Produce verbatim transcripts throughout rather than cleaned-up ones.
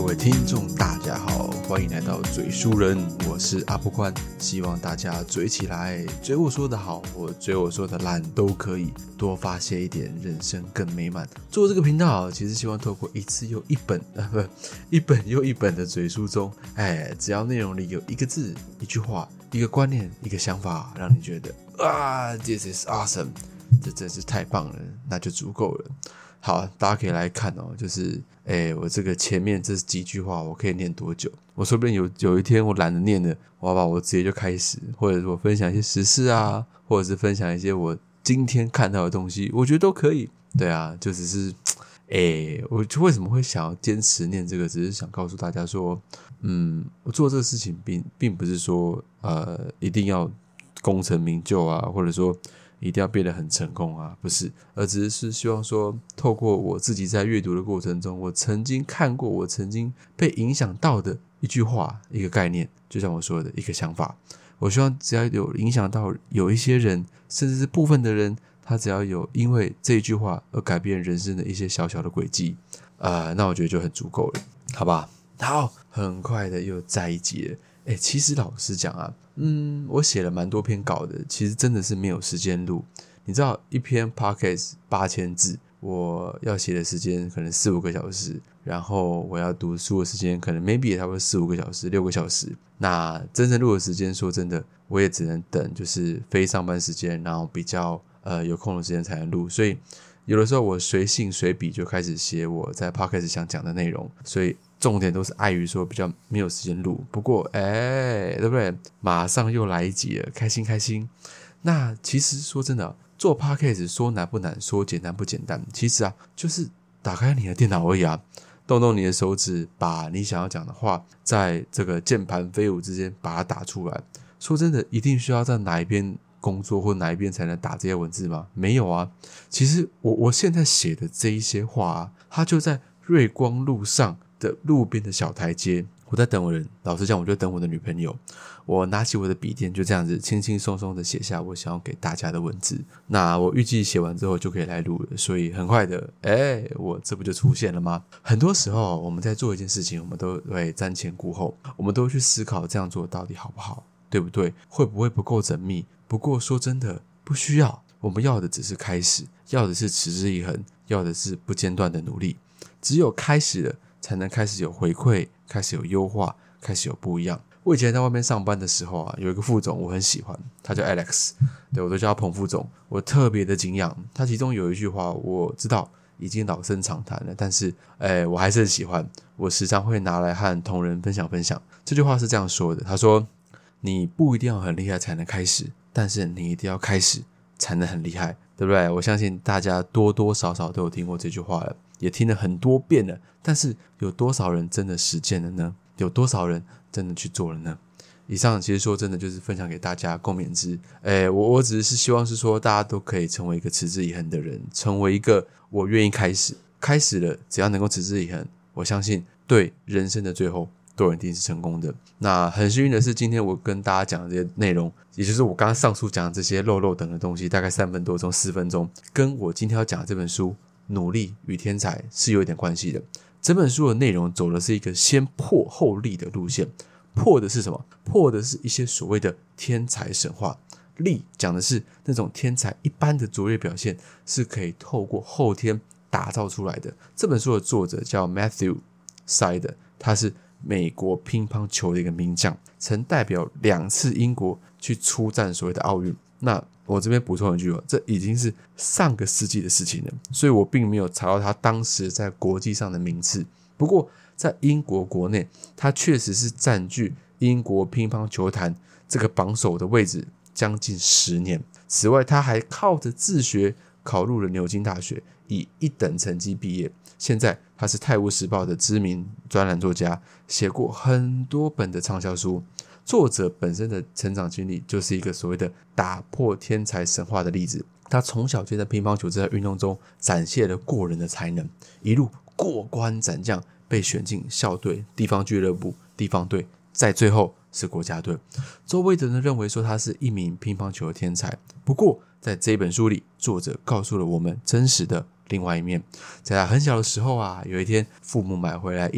位听众大家好，欢迎来到嘴书人，我是阿布宽，希望大家嘴起来，嘴我说的好或嘴我说的烂都可以，多发泄一点，人生更美满。做这个频道其实希望透过一次又一本啊不一本又一本的嘴书中，哎，只要内容里有一个字、一句话、一个观念、一个想法，让你觉得啊 this is awesome， 这真是太棒了，那就足够了。好，大家可以来看哦，就是诶我这个前面这几句话我可以念多久，我说不定有有一天我懒得念了，我要把我直接就开始，或者是我分享一些时事啊，或者是分享一些我今天看到的东西，我觉得都可以。对啊，就只是诶我就为什么会想要坚持念这个，只是想告诉大家说嗯我做这个事情并并不是说呃一定要功成名就啊，或者说一定要变得很成功啊，不是，而只是希望说透过我自己在阅读的过程中，我曾经看过，我曾经被影响到的一句话，一个概念，就像我说的一个想法，我希望只要有影响到有一些人，甚至是部分的人，他只要有因为这一句话而改变人生的一些小小的轨迹呃，那我觉得就很足够了，好吧。好，很快的又在一集了。欸，其实老实讲啊，嗯，我写了蛮多篇稿的，其实真的是没有时间录。你知道，一篇 podcast 八千字，我要写的时间可能四五个小时，然后我要读书的时间可能 maybe 也差不多四五个小时、六个小时。那真正录的时间，说真的，我也只能等就是非上班时间，然后比较呃有空的时间才能录。所以有的时候我随性随笔就开始写我在 podcast 想讲的内容，所以重点都是碍于说比较没有时间录，不过哎，对不对？马上又来一集了，开心开心。那其实说真的，做 podcast 说难不难，说简单不简单，其实啊，就是打开你的电脑而已啊，动动你的手指，把你想要讲的话，在这个键盘飞舞之间把它打出来。说真的，一定需要在哪一边工作或哪一边才能打这些文字吗？没有啊。其实我我现在写的这一些话啊，它就在瑞光路上的路边的小台阶，我在等我的，老实讲，我就等我的女朋友。我拿起我的笔电，就这样子轻轻松松的写下我想要给大家的文字。那我预计写完之后就可以来录了，所以很快的，哎，我这不就出现了吗？很多时候我们在做一件事情，我们都会瞻前顾后，我们都会去思考这样做到底好不好，对不对？会不会不够缜密？不过说真的，不需要，我们要的只是开始，要的是持之以恒，要的是不间断的努力。只有开始了，才能开始有回馈，开始有优化，开始有不一样。我以前在外面上班的时候啊，有一个副总我很喜欢，他叫 Alex， 对，我都叫他彭副总，我特别的敬仰他。其中有一句话我知道已经老生常谈了，但是诶我还是很喜欢，我时常会拿来和同仁分享分享。这句话是这样说的，他说，你不一定要很厉害才能开始，但是你一定要开始才能很厉害，对不对？我相信大家多多少少都有听过这句话了，也听了很多遍了，但是有多少人真的实践了呢？有多少人真的去做了呢？以上其实说真的就是分享给大家共勉之。诶我我只是希望是说大家都可以成为一个持之以恒的人，成为一个我愿意开始开始了，只要能够持之以恒，我相信对人生的最后都一定是成功的。那很幸运的是，今天我跟大家讲的这些内容，也就是我刚刚上述讲的这些肉肉等的东西，大概三分多钟四分钟，跟我今天要讲的这本书努力与天才是有一点关系的。这本书的内容走的是一个先破后立的路线，破的是什么？破的是一些所谓的天才神话，立讲的是那种天才一般的卓越表现是可以透过后天打造出来的。这本书的作者叫 Matthew Side， 他是美国乒乓球的一个名将，曾代表两次英国去出战所谓的奥运。那我这边补充一句哦，这已经是上个世纪的事情了，所以我并没有查到他当时在国际上的名次。不过在英国国内，他确实是占据英国乒乓球坛这个榜首的位置将近十年。此外，他还靠着自学考入了牛津大学，以一等成绩毕业。现在他是《泰晤士报》的知名专栏作家，写过很多本的畅销书。作者本身的成长经历就是一个所谓的打破天才神话的例子。他从小就在乒乓球这项运动中展现了过人的才能，一路过关斩将，被选进校队、地方俱乐部、地方队，在最后是国家队。周围的人认为说他是一名乒乓球的天才，不过在这本书里，作者告诉了我们真实的另外一面。在他很小的时候啊，有一天父母买回来一台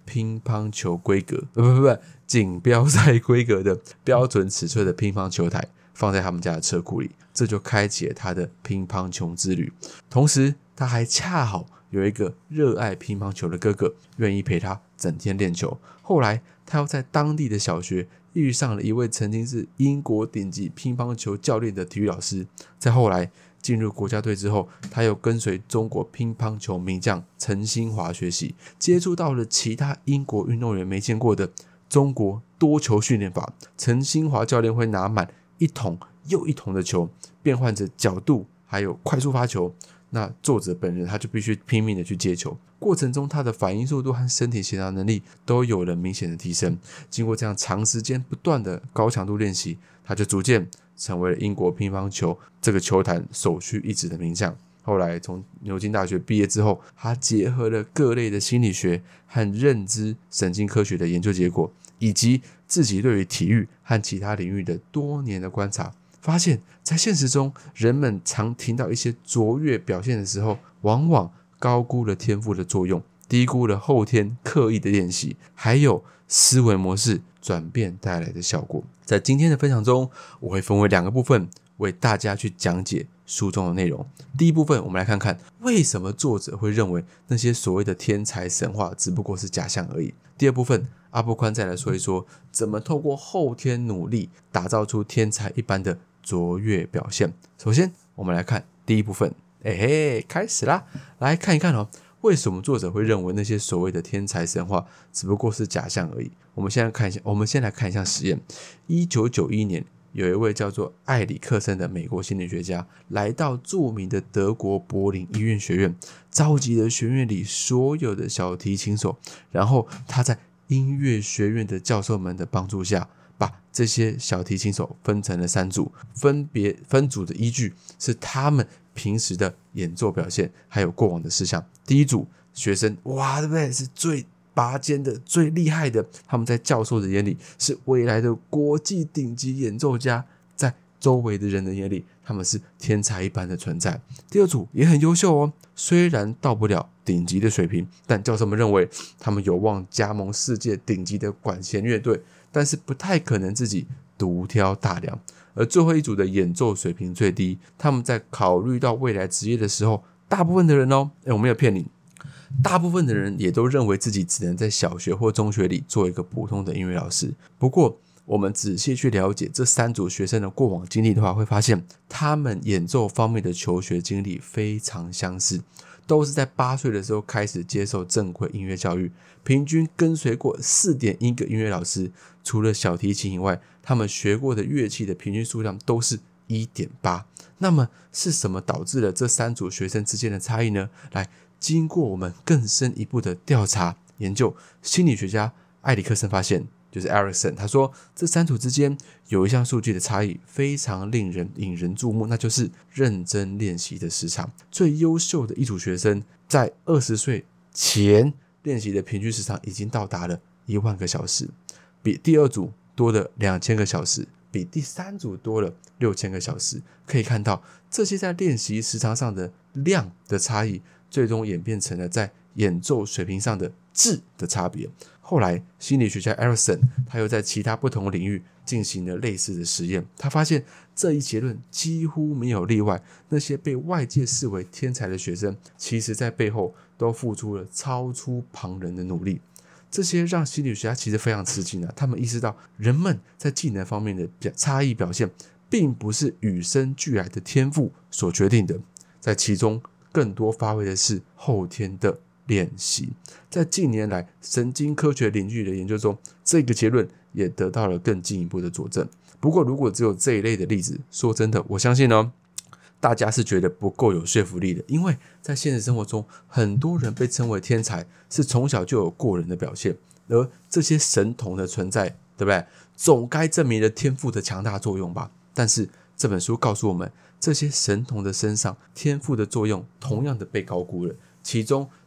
乒乓球规格不不不锦标赛规格的标准尺寸的乒乓球台放在他们家的车库里，这就开启了他的乒乓球之旅。同时他还恰好有一个热爱乒乓球的哥哥，愿意陪他整天练球。后来他又在当地的小学遇上了一位曾经是英国顶级乒乓球教练的体育老师。再后来进入国家队之后，他又跟随中国乒乓球名将陈新华学习，接触到了其他英国运动员没见过的中国多球训练法。陈新华教练会拿满一桶又一桶的球，变换着角度还有快速发球，那作者本人他就必须拼命的去接球，过程中他的反应速度和身体协调能力都有了明显的提升。经过这样长时间不断的高强度练习，他就逐渐成为了英国乒乓球这个球坛首屈一指的名将。后来从牛津大学毕业之后，他结合了各类的心理学和认知神经科学的研究结果，以及自己对于体育和其他领域的多年的观察，发现在现实中人们常听到一些卓越表现的时候，往往高估了天赋的作用，低估了后天刻意的练习，还有思维模式转变带来的效果。在今天的分享中，我会分为两个部分为大家去讲解书中的内容。第一部分，我们来看看为什么作者会认为那些所谓的天才神话只不过是假象而已。第二部分，阿波宽再来说一说怎么透过后天努力打造出天才一般的卓越表现。首先我们来看第一部分，哎嘿，开始啦！来看一看哦，为什么作者会认为那些所谓的天才神话只不过是假象而已。我们现在看一下，我们先来看一下实验。一九九一年，有一位叫做艾里克森的美国心理学家来到著名的德国柏林医院学院，召集了学院里所有的小提琴手，然后他在音乐学院的教授们的帮助下，把这些小提琴手分成了三组，分别分组的依据是他们平时的演奏表现还有过往的事项。第一组学生，哇，对不对？是最拔尖的最厉害的，他们在教授的眼里是未来的国际顶级演奏家，在周围的人的眼里他们是天才一般的存在。第二组也很优秀哦，虽然到不了顶级的水平，但教授们认为他们有望加盟世界顶级的管弦乐队，但是不太可能自己独挑大梁。而最后一组的演奏水平最低，他们在考虑到未来职业的时候，大部分的人哦，诶我没有骗你，大部分的人也都认为自己只能在小学或中学里做一个普通的音乐老师。不过我们仔细去了解这三组学生的过往经历的话，会发现他们演奏方面的求学经历非常相似，都是在八岁的时候开始接受正规音乐教育，平均跟随过 四点一 个音乐老师。除了小提琴以外，他们学过的乐器的平均数量都是 一点八。 那么是什么导致了这三组学生之间的差异呢？来，经过我们更深一步的调查研究，心理学家艾里克森发现，就是 Erickson， 他说这三组之间有一项数据的差异非常令人引人注目，那就是认真练习的时长。最优秀的一组学生在二十岁前练习的平均时长已经到达了一万个小时，比第二组多了两千个小时，比第三组多了六千个小时。可以看到这些在练习时长上的量的差异，最终演变成了在演奏水平上的质的差别。后来心理学家 Erickson 他又在其他不同领域进行了类似的实验，他发现这一结论几乎没有例外，那些被外界视为天才的学生，其实在背后都付出了超出旁人的努力。这些让心理学家其实非常吃惊、啊、他们意识到人们在技能方面的差异表现并不是与生俱来的天赋所决定的，在其中更多发挥的是后天的练习。在近年来神经科学领域的研究中，这个结论也得到了更进一步的佐证。不过如果只有这一类的例子，说真的，我相信呢大家是觉得不够有说服力的，因为在现实生活中很多人被称为天才是从小就有过人的表现，而这些神童的存在，对不对？总该证明了天赋的强大作用吧。但是这本书告诉我们，这些神童的身上天赋的作用同样的被高估了，其中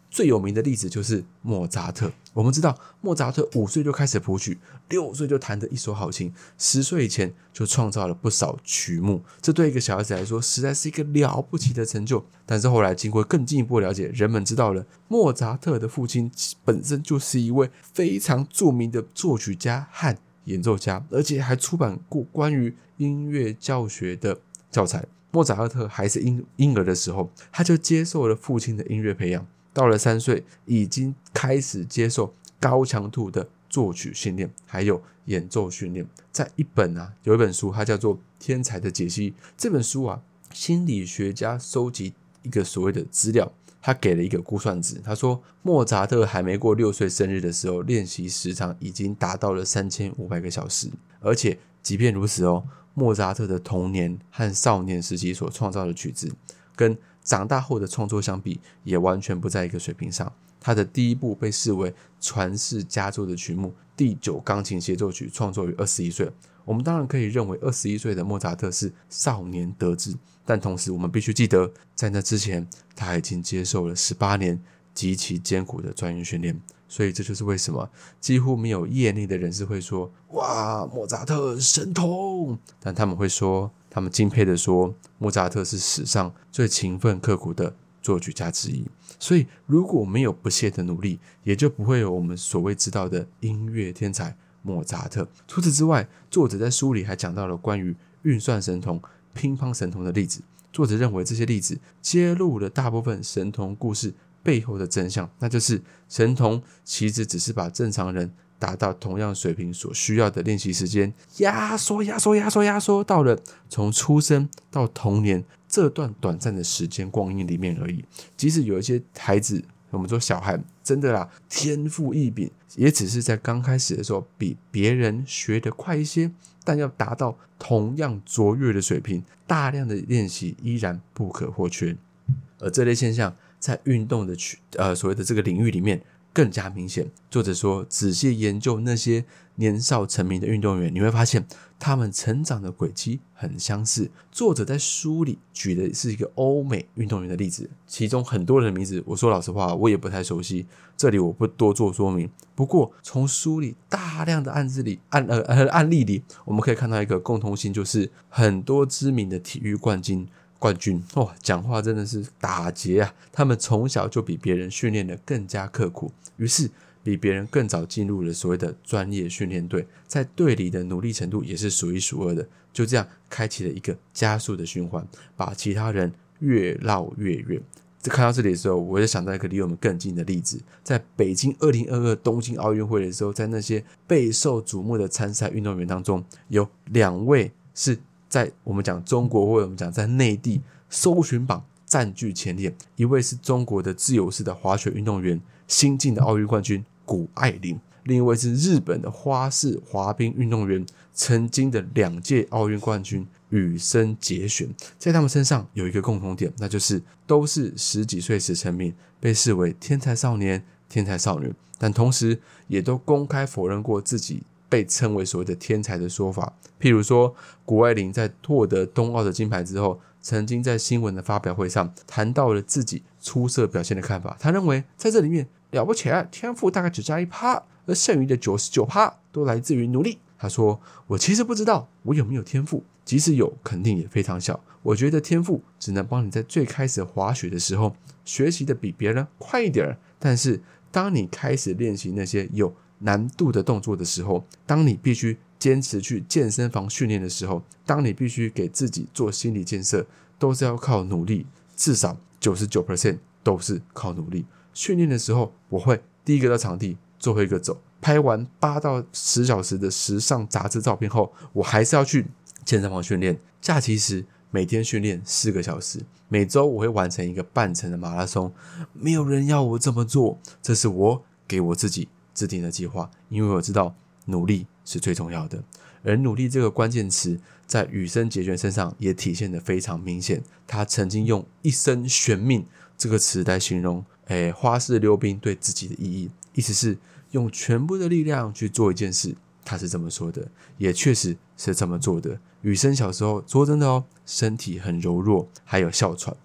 最有名的例子就是莫扎特。我们知道莫扎特五岁就开始谱曲，六岁就弹得一手好琴，十岁以前就创造了不少曲目，这对一个小孩子来说实在是一个了不起的成就。但是后来经过更进一步了解，人们知道了莫扎特的父亲本身就是一位非常著名的作曲家和演奏家，而且还出版过关于音乐教学的教材。莫扎特还是婴儿的时候，他就接受了父亲的音乐培养，到了三岁已经开始接受高强度的作曲训练还有演奏训练。在一本啊有一本书它叫做《天才的解析》，这本书啊心理学家收集一个所谓的资料，他给了一个估算值，他说莫扎特还没过六岁生日的时候，练习时长已经达到了三千五百个小时。而且即便如此哦，莫扎特的童年和少年时期所创造的曲子跟长大后的创作相比也完全不在一个水平上。他的第一部被视为传世佳作的曲目第九钢琴协奏曲创作于二十一岁。我们当然可以认为二十一岁的莫扎特是少年得志，但同时我们必须记得，在那之前他已经接受了十八年极其艰苦的专业训练。所以这就是为什么几乎没有业内的人士会说哇莫扎特神童，但他们会说，他们敬佩的说莫扎特是史上最勤奋刻苦的作曲家之一。所以如果没有不懈的努力，也就不会有我们所谓知道的音乐天才莫扎特。除此之外，作者在书里还讲到了关于运算神童、乒乓神童的例子。作者认为这些例子揭露了大部分神童故事背后的真相，那就是神童其实只是把正常人达到同样水平所需要的练习时间压缩压缩压缩压缩到了从出生到童年这段短暂的时间光阴里面而已。即使有一些孩子，我们说小孩真的啦天赋异禀，也只是在刚开始的时候比别人学得快一些，但要达到同样卓越的水平，大量的练习依然不可或缺。而这类现象在运动的呃所谓的这个领域里面更加明显。作者说，仔细研究那些年少成名的运动员，你会发现他们成长的轨迹很相似。作者在书里举的是一个欧美运动员的例子，其中很多人的名字我说老实话我也不太熟悉，这里我不多做说明。不过从书里大量的案子里 案, 呃案例里，我们可以看到一个共同性，就是很多知名的体育冠军冠军哇，讲话真的是打结啊！他们从小就比别人训练得更加刻苦，于是比别人更早进入了所谓的专业训练队，在队里的努力程度也是数一数二的。就这样开启了一个加速的循环，把其他人越绕越远。看到这里的时候，我就想到一个离我们更近的例子，在北京二零二二东京奥运会的时候，在那些备受瞩目的参赛运动员当中，有两位是在我们讲中国或者我们讲在内地搜寻榜占据前列。一位是中国的自由式的滑雪运动员，新晋的奥运冠军谷爱凌，另一位是日本的花式滑冰运动员，曾经的两届奥运冠军羽生结弦。在他们身上有一个共同点，那就是都是十几岁时成名，被视为天才少年天才少女，但同时也都公开否认过自己被称为所谓的天才的说法。譬如说谷爱凌在获得冬奥的金牌之后，曾经在新闻的发表会上谈到了自己出色表现的看法。他认为在这里面了不起来天赋大概只占 百分之一， 而剩余的 百分之九十九 都来自于努力。他说，我其实不知道我有没有天赋，即使有肯定也非常小。我觉得天赋只能帮你在最开始滑雪的时候学习的比别人快一点，但是当你开始练习那些有难度的动作的时候，当你必须坚持去健身房训练的时候，当你必须给自己做心理建设，都是要靠努力，至少 百分之九十九 都是靠努力。训练的时候我会第一个到场地，最后一个走，拍完八到十小时的时尚杂志照片后，我还是要去健身房训练。假期时每天训练四个小时，每周我会完成一个半程的马拉松。没有人要我这么做，这是我给我自己制定的计划，因为我知道努力是最重要的。而努力这个关键词在羽生结弦身上也体现得非常明显。他曾经用一生悬命这个词来形容诶花式溜冰对自己的意义，意思是用全部的力量去做一件事。他是这么说的，也确实是这么做的。羽生小时候说真的哦，身体很柔弱，还有哮喘，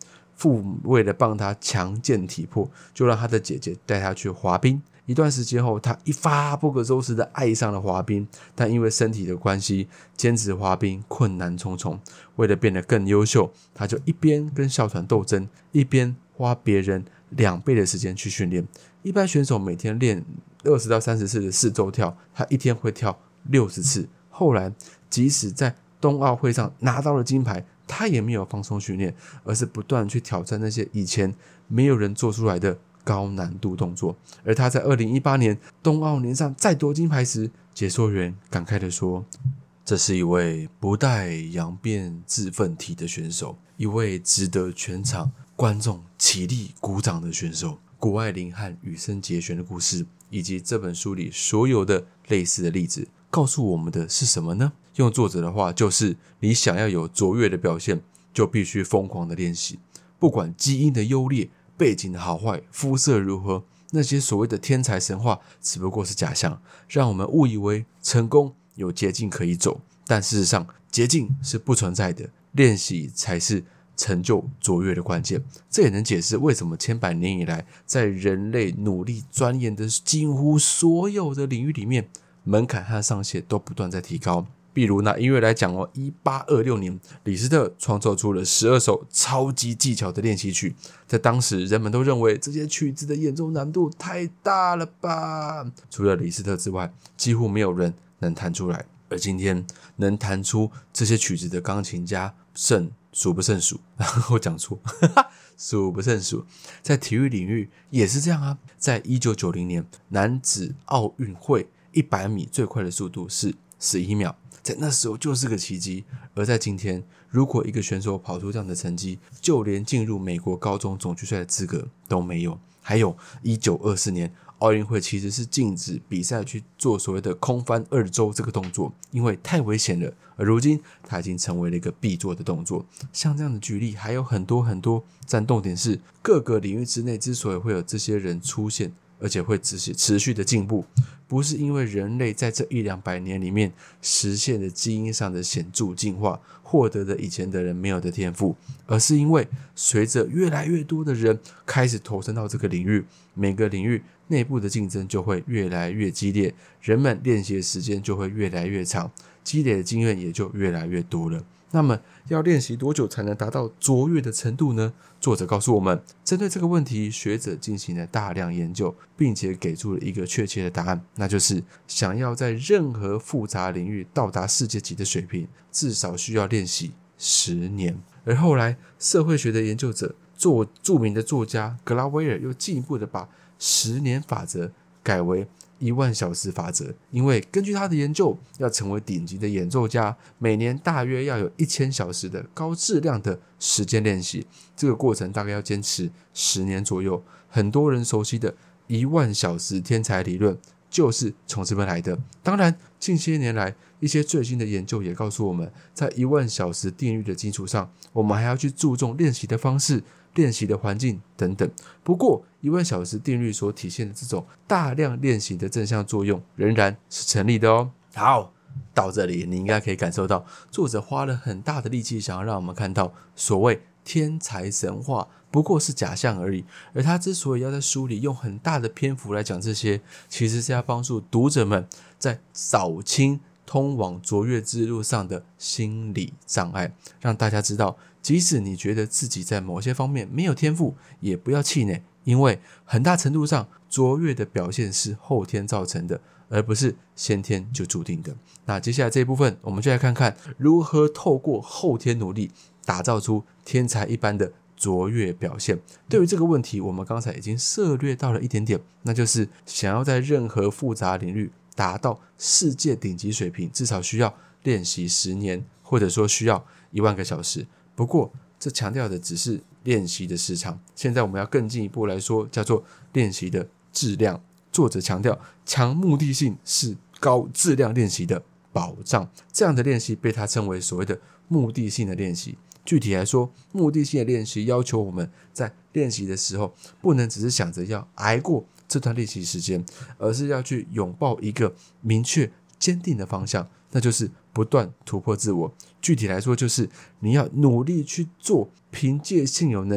父母为了帮他强健体魄，就让他的姐姐带他去滑冰。一段时间后，他一发不可收拾的爱上了滑冰，但因为身体的关系，坚持滑冰困难重重。为了变得更优秀，他就一边跟校团斗争，一边花别人两倍的时间去训练。一般选手每天练二十到三十次的四周跳，他一天会跳六十次。后来即使在冬奥会上拿到了金牌，他也没有放松训练，而是不断去挑战那些以前没有人做出来的高难度动作。而他在二零一八年冬奥年上再夺金牌时，解说员感慨地说，这是一位不带扬鞭自奋蹄的选手，一位值得全场观众起立鼓掌的选手。谷爱凌和羽生结弦的故事，以及这本书里所有的类似的例子，告诉我们的是什么呢？用作者的话，就是你想要有卓越的表现，就必须疯狂的练习。不管基因的优劣、背景的好坏、肤色如何，那些所谓的天才神话只不过是假象，让我们误以为成功有捷径可以走，但事实上捷径是不存在的，练习才是成就卓越的关键。这也能解释为什么千百年以来，在人类努力钻研的几乎所有的领域里面，门槛和上限都不断在提高。比如拿音乐来讲哦，一八二六年李斯特创造出了十二首超级技巧的练习曲，在当时人们都认为这些曲子的演奏难度太大了吧，除了李斯特之外，几乎没有人能弹出来。而今天能弹出这些曲子的钢琴家胜数不胜数我讲错数不胜数。在体育领域也是这样啊，在一九九零年男子奥运会一百米最快的速度是十一秒，在那时候就是个奇迹。而在今天，如果一个选手跑出这样的成绩，就连进入美国高中总决赛的资格都没有。还有一九二四年奥运会其实是禁止比赛去做所谓的空翻二周这个动作，因为太危险了，而如今它已经成为了一个必做的动作。像这样的举例还有很多很多，但重点是各个领域之内之所以会有这些人出现，而且会持续的进步，不是因为人类在这一两百年里面实现了基因上的显著进化，获得了以前的人没有的天赋，而是因为随着越来越多的人开始投身到这个领域，每个领域内部的竞争就会越来越激烈，人们练习的时间就会越来越长，积累的经验也就越来越多了。那么要练习多久才能达到卓越的程度呢？作者告诉我们，针对这个问题，学者进行了大量研究，并且给出了一个确切的答案，那就是想要在任何复杂领域到达世界级的水平，至少需要练习十年。而后来社会学的研究者，做著名的作家格拉威尔又进一步的把十年法则改为一万小时法则，因为根据他的研究，要成为顶级的演奏家，每年大约要有一千小时的高质量的时间练习，这个过程大概要坚持十年左右。很多人熟悉的一万小时天才理论就是从这边来的。当然近些年来一些最新的研究也告诉我们，在一万小时定律的基础上，我们还要去注重练习的方式、练习的环境等等。不过一万小时定律所体现的这种大量练习的正向作用仍然是成立的哦。好，到这里你应该可以感受到，作者花了很大的力气想要让我们看到所谓天才神话不过是假象而已，而他之所以要在书里用很大的篇幅来讲这些，其实是要帮助读者们在扫清通往卓越之路上的心理障碍，让大家知道即使你觉得自己在某些方面没有天赋，也不要气馁，因为很大程度上卓越的表现是后天造成的，而不是先天就注定的。那接下来这一部分我们就来看看如何透过后天努力打造出天才一般的卓越表现。对于这个问题我们刚才已经涉略到了一点点，那就是想要在任何复杂领域达到世界顶级水平，至少需要练习十年，或者说需要一万个小时。不过这强调的只是练习的时长，现在我们要更进一步来说，叫做练习的质量。作者强调强目的性是高质量练习的保障，这样的练习被他称为所谓的目的性的练习。具体来说，目的性的练习要求我们在练习的时候，不能只是想着要挨过这段练习时间，而是要去拥抱一个明确坚定的方向，那就是不断突破自我。具体来说，就是你要努力去做凭借现有能力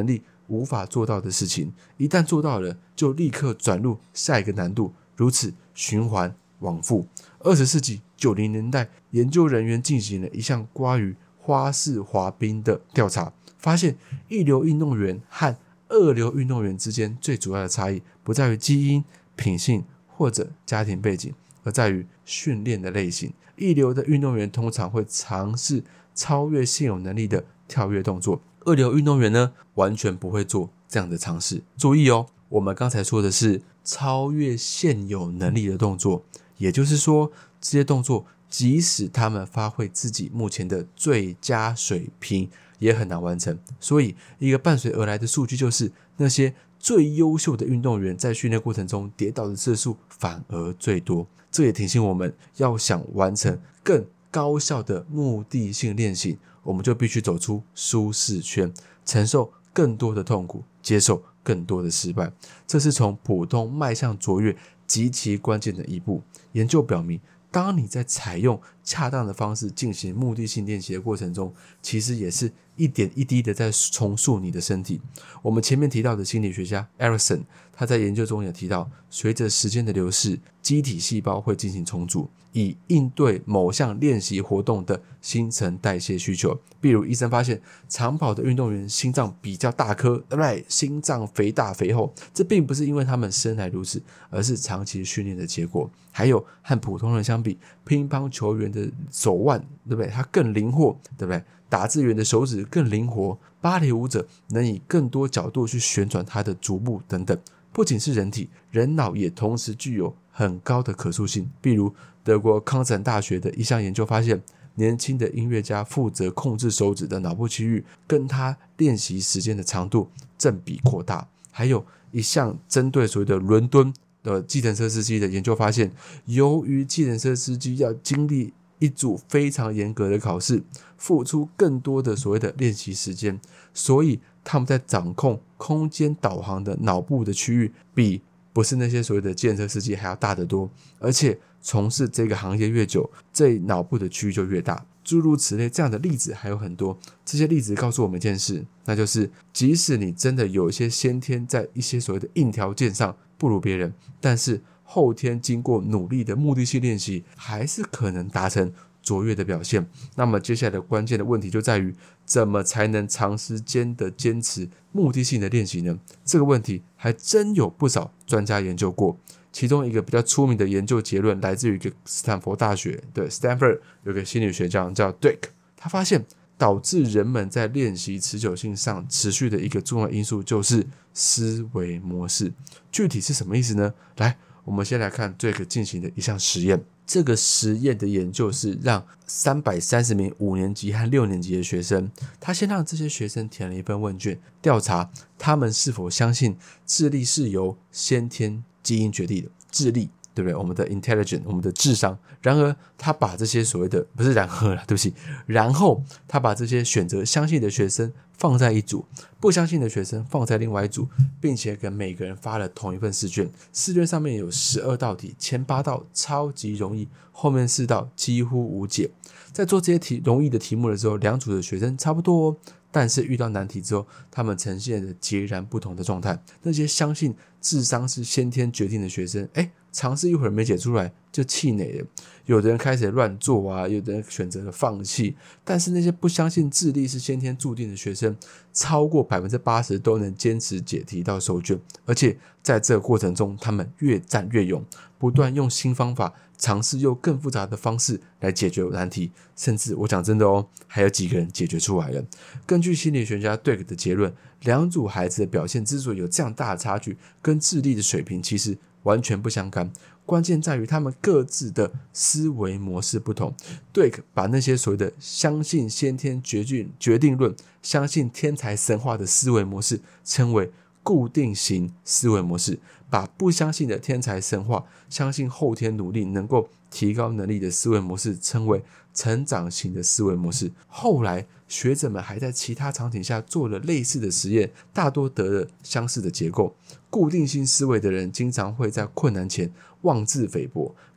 无法做到的事情，一旦做到了，就立刻转入下一个难度，如此循环往复。二十世纪九零年代，研究人员进行了一项关于花式滑冰的调查，发现一流运动员和二流运动员之间最主要的差异不在于基因、品性或者家庭背景，而在于训练的类型。一流的运动员通常会尝试超越现有能力的跳跃动作，二流运动员呢，完全不会做这样的尝试。注意哦，我们刚才说的是超越现有能力的动作，也就是说，这些动作即使他们发挥自己目前的最佳水平，也很难完成。所以一个伴随而来的数据就是，那些最优秀的运动员在训练过程中跌倒的次数反而最多。这也提醒我们，要想完成更高效的目的性练习，我们就必须走出舒适圈，承受更多的痛苦，接受更多的失败。这是从普通迈向卓越极其关键的一步。研究表明，当你在采用恰当的方式进行目的性练习的过程中，其实也是一点一滴的在重塑你的身体。我们前面提到的心理学家 Erickson， 他在研究中也提到，随着时间的流逝，机体细胞会进行重组，以应对某项练习活动的新陈代谢需求。比如医生发现长跑的运动员心脏比较大颗，对不对？心脏肥大肥厚，这并不是因为他们生来如此，而是长期训练的结果。还有和普通人相比，乒乓球员的手腕，对不对？它更灵活，对不对？打字员的手指更灵活，芭蕾舞者能以更多角度去旋转他的足部等等。不仅是人体，人脑也同时具有很高的可塑性。比如德国康坦大学的一项研究发现，年轻的音乐家负责控制手指的脑部区域跟他练习时间的长度正比扩大。还有一项针对所谓的伦敦的计程车司机的研究发现，由于计程车司机要经历一组非常严格的考试，付出更多的所谓的练习时间，所以他们在掌控空间导航的脑部的区域比不是那些所谓的计程车司机还要大得多，而且从事这个行业越久，这脑部的区域就越大。诸如此类这样的例子还有很多。这些例子告诉我们一件事，那就是即使你真的有一些先天在一些所谓的硬条件上不如别人，但是后天经过努力的目的性练习，还是可能达成卓越的表现。那么接下来的关键的问题就在于，怎么才能长时间的坚持目的性的练习呢？这个问题还真有不少专家研究过。其中一个比较出名的研究结论来自于一个斯坦福大学的 Stanford 有个心理学家叫 Dweck， 他发现导致人们在练习持久性上持续的一个重要因素就是思维模式。具体是什么意思呢？来，我们先来看 Dweck 进行的一项实验。这个实验的研究是让三百三十名五年级和六年级的学生，他先让这些学生填了一份问卷，调查他们是否相信智力是由先天基因决定的。智力，对不对？我们的 intelligence， 我们的智商。然而他把这些所谓的，不是然而啦，对不起，然后他把这些选择相信的学生放在一组，不相信的学生放在另外一组，并且给每个人发了同一份试卷。试卷上面有十二道题，前八道超级容易，后面四道几乎无解。在做这些题容易的题目的时候，两组的学生差不多哦，但是遇到难题之后，他们呈现了截然不同的状态。那些相信智商是先天决定的学生，诶，尝试一会儿没解出来就气馁了。有的人开始乱做啊，有的人选择了放弃。但是那些不相信智力是先天注定的学生，超过 百分之八十 都能坚持解题到收卷，而且在这个过程中，他们越战越勇，不断用新方法，尝试用更复杂的方式来解决难题，甚至我讲真的哦，还有几个人解决出来了。根据心理学家 Dweck 的结论，两组孩子的表现之所以有这样大的差距，跟智力的水平其实完全不相干，关键在于他们各自的思维模式不同。Dweck 把那些所谓的相信先天决定决定论、相信天才神话的思维模式称为固定型思维模式，把不相信的天才神话、相信后天努力能够提高能力的思维模式称为成长型的思维模式。后来学者们还在其他场景下做了类似的实验，大多得了相似的结构。固定性思维的人经常会在困难前妄自菲薄，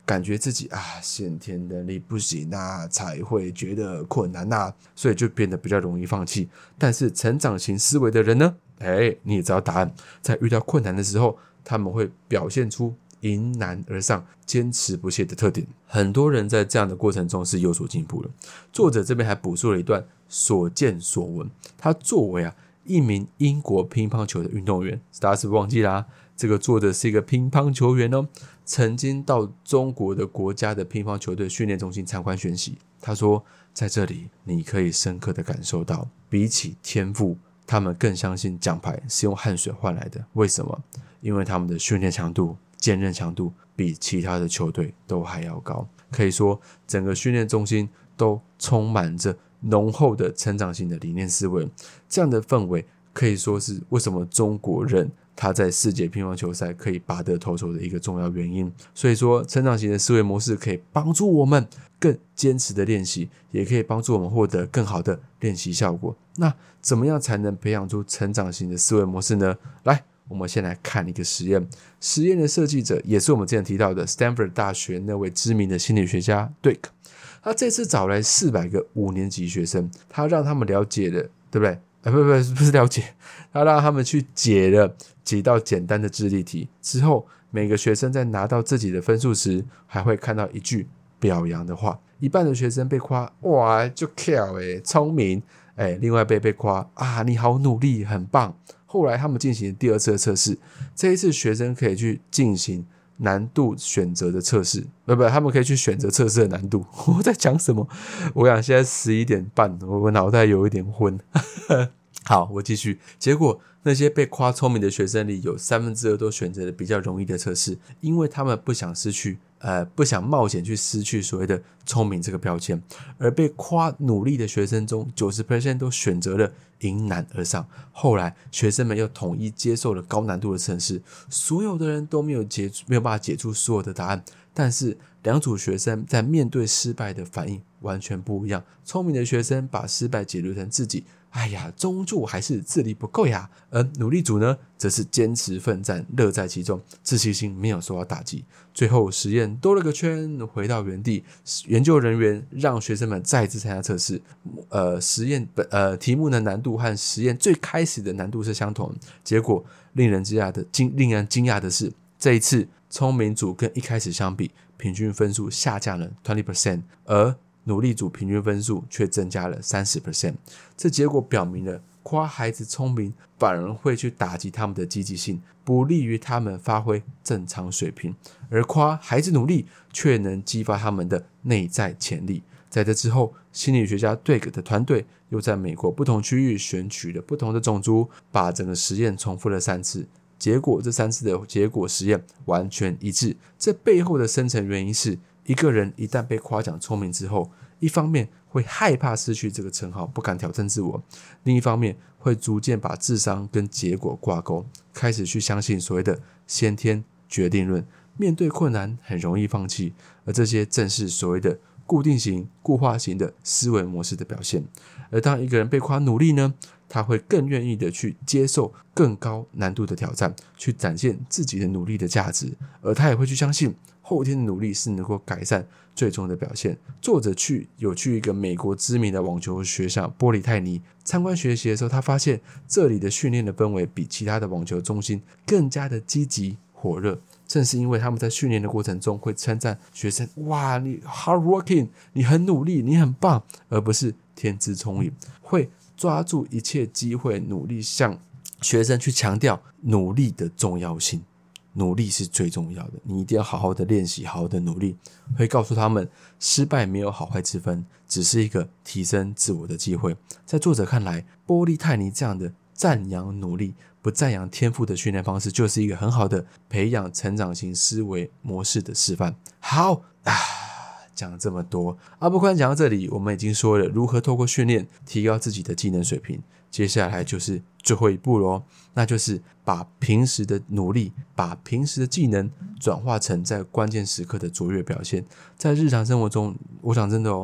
感觉自己啊先天能力不行啊，才会觉得困难啊，所以就变得比较容易放弃。但是成长型思维的人呢，哎，你也知道答案，在遇到困难的时候，他们会表现出迎难而上、坚持不懈的特点。很多人在这样的过程中是有所进步的。作者这边还补述了一段所见所闻，他作为啊一名英国乒乓球的运动员，大家是不是忘记啦、啊？这个作者是一个乒乓球员哦，曾经到中国的国家的乒乓球队训练中心参观学习。他说，在这里你可以深刻的感受到，比起天赋，他们更相信奖牌是用汗水换来的。为什么？因为他们的训练强度、坚韧强度比其他的球队都还要高。可以说，整个训练中心都充满着浓厚的成长型的理念思维。这样的氛围可以说是为什么中国人他在世界乒乓球赛可以拔得头筹的一个重要原因。所以说，成长型的思维模式可以帮助我们更坚持的练习，也可以帮助我们获得更好的练习效果。那怎么样才能培养出成长型的思维模式呢？来，我们先来看一个实验。实验的设计者也是我们之前提到的 Stanford 大学那位知名的心理学家 Dweck。他这次找来四百个五年级学生，他让他们了解了，对不对？啊，不不不是了解，他让他们去解了几道简单的智力题之后，每个学生在拿到自己的分数时，还会看到一句表扬的话。一半的学生被夸，哇，就巧诶，聪明，诶，另外被被夸，啊，你好努力，很棒。后来他们进行第二次的测试，这一次学生可以去进行难度选择的测试，不不，他们可以去选择测试的难度。我在讲什么？我想现在十一点半，我脑袋有一点昏。好，我继续。结果那些被夸聪明的学生里，有三分之二都选择了比较容易的测试，因为他们不想失去，呃，不想冒险去失去所谓的聪明这个标签。而被夸努力的学生中 百分之九十 都选择了迎难而上。后来学生们又统一接受了高难度的测试，所有的人都没有解没有办法解出所有的答案，但是两组学生在面对失败的反应完全不一样。聪明的学生把失败解读成自己哎呀，终究还是智力不够呀。而努力组呢，则是坚持奋战，乐在其中，自信心没有受到打击。最后实验兜了个圈，回到原地，研究人员让学生们再次参加测试。呃，实验呃题目的难度和实验最开始的难度是相同，结果令人惊讶的惊令人惊讶的是，这一次聪明组跟一开始相比，平均分数下降了 百分之二十， 而努力组平均分数却增加了 百分之三十。 这结果表明了夸孩子聪明反而会去打击他们的积极性，不利于他们发挥正常水平，而夸孩子努力却能激发他们的内在潜力。在这之后，心理学家对的团队又在美国不同区域选取了不同的种族，把整个实验重复了三次，结果这三次的结果实验完全一致。这背后的深层原因是，一个人一旦被夸奖聪明之后，一方面会害怕失去这个称号，不敢挑战自我，另一方面会逐渐把智商跟结果挂钩，开始去相信所谓的先天决定论，面对困难很容易放弃，而这些正是所谓的固定型、固化型的思维模式的表现。而当一个人被夸努力呢，他会更愿意的去接受更高难度的挑战，去展现自己的努力的价值，而他也会去相信后天的努力是能够改善最终的表现。作者去有去一个美国知名的网球学校波利泰尼参观学习的时候，他发现这里的训练的氛围比其他的网球中心更加的积极火热。正是因为他们在训练的过程中会称赞学生，哇，你 hard working， 你很努力，你很棒，而不是天资聪颖，会抓住一切机会，努力向学生去强调努力的重要性。努力是最重要的，你一定要好好的练习，好好的努力。会告诉他们，失败没有好坏之分，只是一个提升自我的机会。在作者看来，波利泰尼这样的赞扬努力不赞扬天赋的训练方式，就是一个很好的培养成长型思维模式的示范。好啊，讲了这么多，阿波宽讲到这里，我们已经说了如何透过训练提高自己的技能水平，接下来就是最后一步咯，那就是把平时的努力，把平时的技能转化成在关键时刻的卓越表现。在日常生活中，我想真的哦，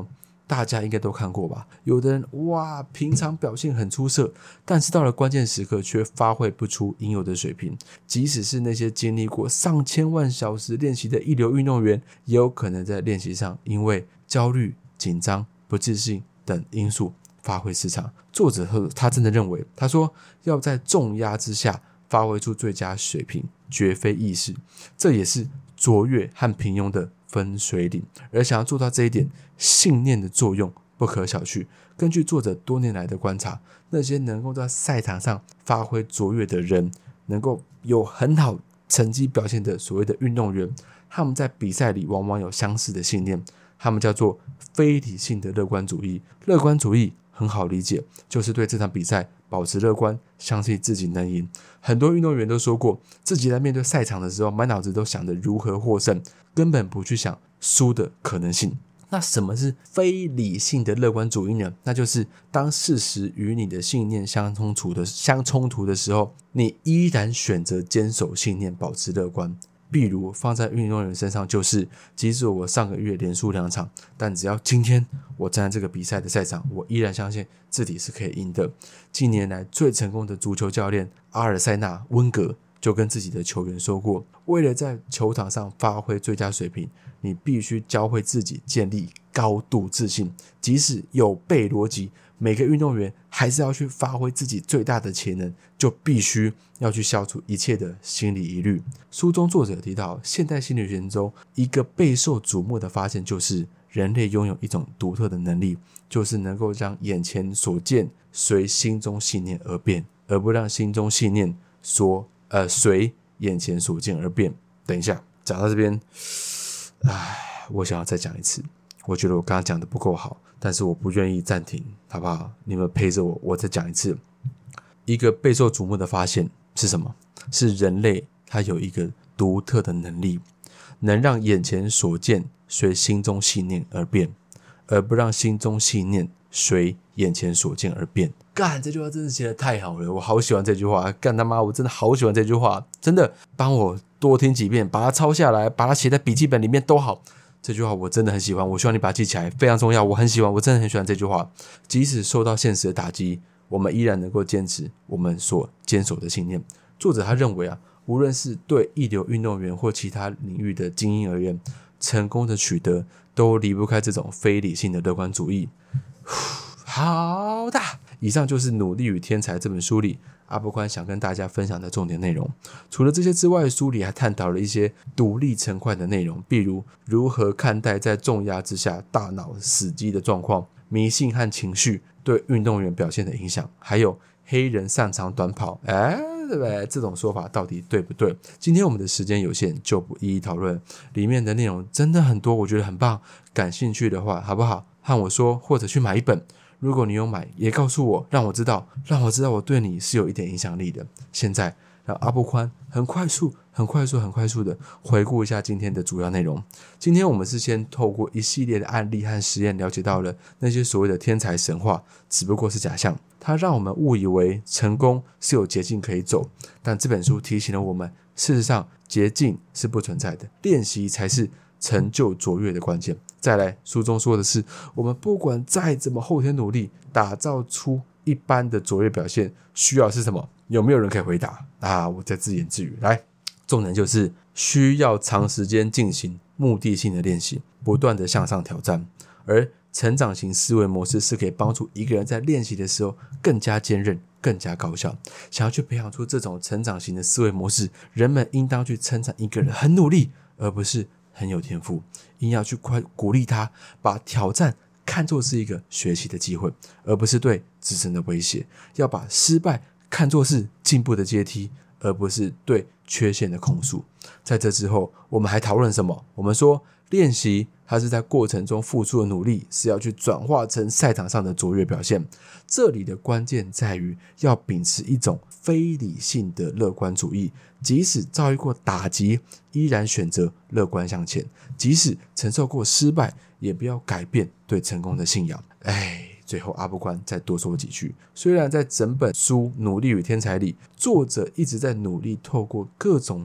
大家应该都看过吧？有的人哇，平常表现很出色，但是到了关键时刻却发挥不出应有的水平。即使是那些经历过上千万小时练习的一流运动员，也有可能在练习上因为焦虑、紧张、不自信等因素发挥失常。作者他真的认为，他说要在重压之下发挥出最佳水平，绝非易事。这也是卓越和平庸的分水岭，而想要做到这一点，信念的作用不可小觑。根据作者多年来的观察，那些能够在赛场上发挥卓越的人，能够有很好成绩表现的所谓的运动员，他们在比赛里往往有相似的信念，他们叫做非理性的乐观主义。乐观主义很好理解，就是对这场比赛保持乐观，相信自己能赢。很多运动员都说过，自己在面对赛场的时候，满脑子都想着如何获胜，根本不去想输的可能性。那什么是非理性的乐观主义呢？那就是当事实与你的信念相冲突的相冲突的时候，你依然选择坚守信念，保持乐观。比如放在运动员身上，就是即使我上个月连输两场，但只要今天我站在这个比赛的赛场，我依然相信自己是可以赢的。近年来最成功的足球教练阿尔塞纳温格就跟自己的球员说过，为了在球场上发挥最佳水平，你必须教会自己建立高度自信，即使有悖逻辑，每个运动员还是要去发挥自己最大的潜能，就必须要去消除一切的心理疑虑。书中作者提到，现代心理学中一个备受瞩目的发现，就是人类拥有一种独特的能力，就是能够让眼前所见随心中信念而变，而不让心中信念所呃随眼前所见而变。等一下，讲到这边，唉，我想要再讲一次。我觉得我刚刚讲的不够好，但是我不愿意暂停，好不好？你们陪着我，我再讲一次。一个备受瞩目的发现是什么？是人类他有一个独特的能力，能让眼前所见随心中信念而变，而不让心中信念随眼前所见而变。干，这句话真的写得太好了，我好喜欢这句话。干他妈，我真的好喜欢这句话，真的帮我多听几遍，把它抄下来，把它写在笔记本里面都好。这句话我真的很喜欢，我希望你把它记起来，非常重要，我很喜欢，我真的很喜欢这句话。即使受到现实的打击，我们依然能够坚持我们所坚守的信念。作者他认为啊，无论是对一流运动员或其他领域的精英而言，成功的取得都离不开这种非理性的乐观主义。好的，以上就是《努力与天才》这本书里阿波宽想跟大家分享的重点内容。除了这些之外，书里还探讨了一些独立成块的内容，比如如何看待在重压之下大脑死机的状况，迷信和情绪对运动员表现的影响，还有黑人擅长短跑，哎，对不对？这种说法到底对不对？今天我们的时间有限，就不一一讨论。里面的内容真的很多，我觉得很棒。感兴趣的话，好不好？和我说，或者去买一本。如果你有买，也告诉我，让我知道，让我知道我对你是有一点影响力的。现在让阿波宽很快速、很快速、很快速的回顾一下今天的主要内容。今天我们是先透过一系列的案例和实验，了解到了那些所谓的天才神话只不过是假象，它让我们误以为成功是有捷径可以走。但这本书提醒了我们，事实上捷径是不存在的，练习才是成就卓越的关键。再来，书中说的是，我们不管再怎么后天努力，打造出一般的卓越表现，需要是什么？有没有人可以回答啊？我在自言自语。来，重点就是需要长时间进行目的性的练习，不断的向上挑战。而成长型思维模式是可以帮助一个人在练习的时候更加坚韧、更加高效。想要去培养出这种成长型的思维模式，人们应当去称赞一个人很努力，而不是很有天赋，应要去鼓励他，把挑战看作是一个学习的机会，而不是对自身的威胁。要把失败看作是进步的阶梯，而不是对缺陷的控诉。在这之后，我们还讨论什么？我们说练习它是在过程中付出的努力，是要去转化成赛场上的卓越表现。这里的关键在于要秉持一种非理性的乐观主义，即使遭遇过打击，依然选择乐观向前；即使承受过失败，也不要改变对成功的信仰。哎，最后阿波宽再多说几句。虽然在整本书《努力与天才》里，作者一直在努力透过各种的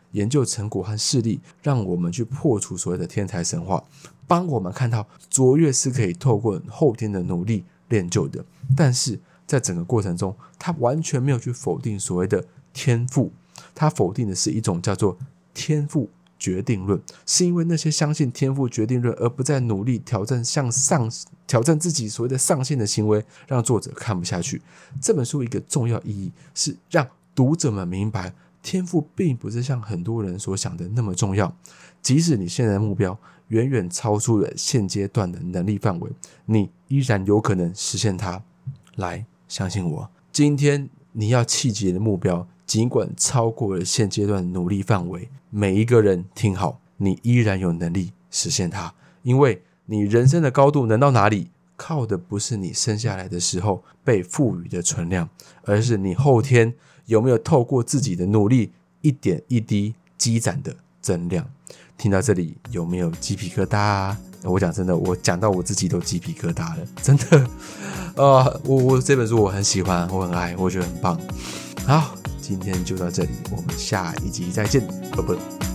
研究成果和事例，让我们去破除所谓的天才神话，帮我们看到卓越是可以透过后天的努力练就的。但是在整个过程中，他完全没有去否定所谓的天赋，他否定的是一种叫做天赋决定论，是因为那些相信天赋决定论而不再努力挑战向上挑战自己所谓的上限的行为，让作者看不下去。这本书一个重要意义是让读者们明白，天赋并不是像很多人所想的那么重要，即使你现在的目标远远超出了现阶段的能力范围，你依然有可能实现它。来，相信我，今天你要企及的目标尽管超过了现阶段的努力范围，每一个人听好，你依然有能力实现它。因为你人生的高度能到哪里，靠的不是你生下来的时候被赋予的存量，而是你后天有没有透过自己的努力一点一滴积攒的增量。听到这里有没有鸡皮疙瘩啊？我讲真的，我讲到我自己都鸡皮疙瘩了，真的。呃，我我这本书我很喜欢，我很爱，我觉得很棒。好，今天就到这里，我们下一集再见，拜拜。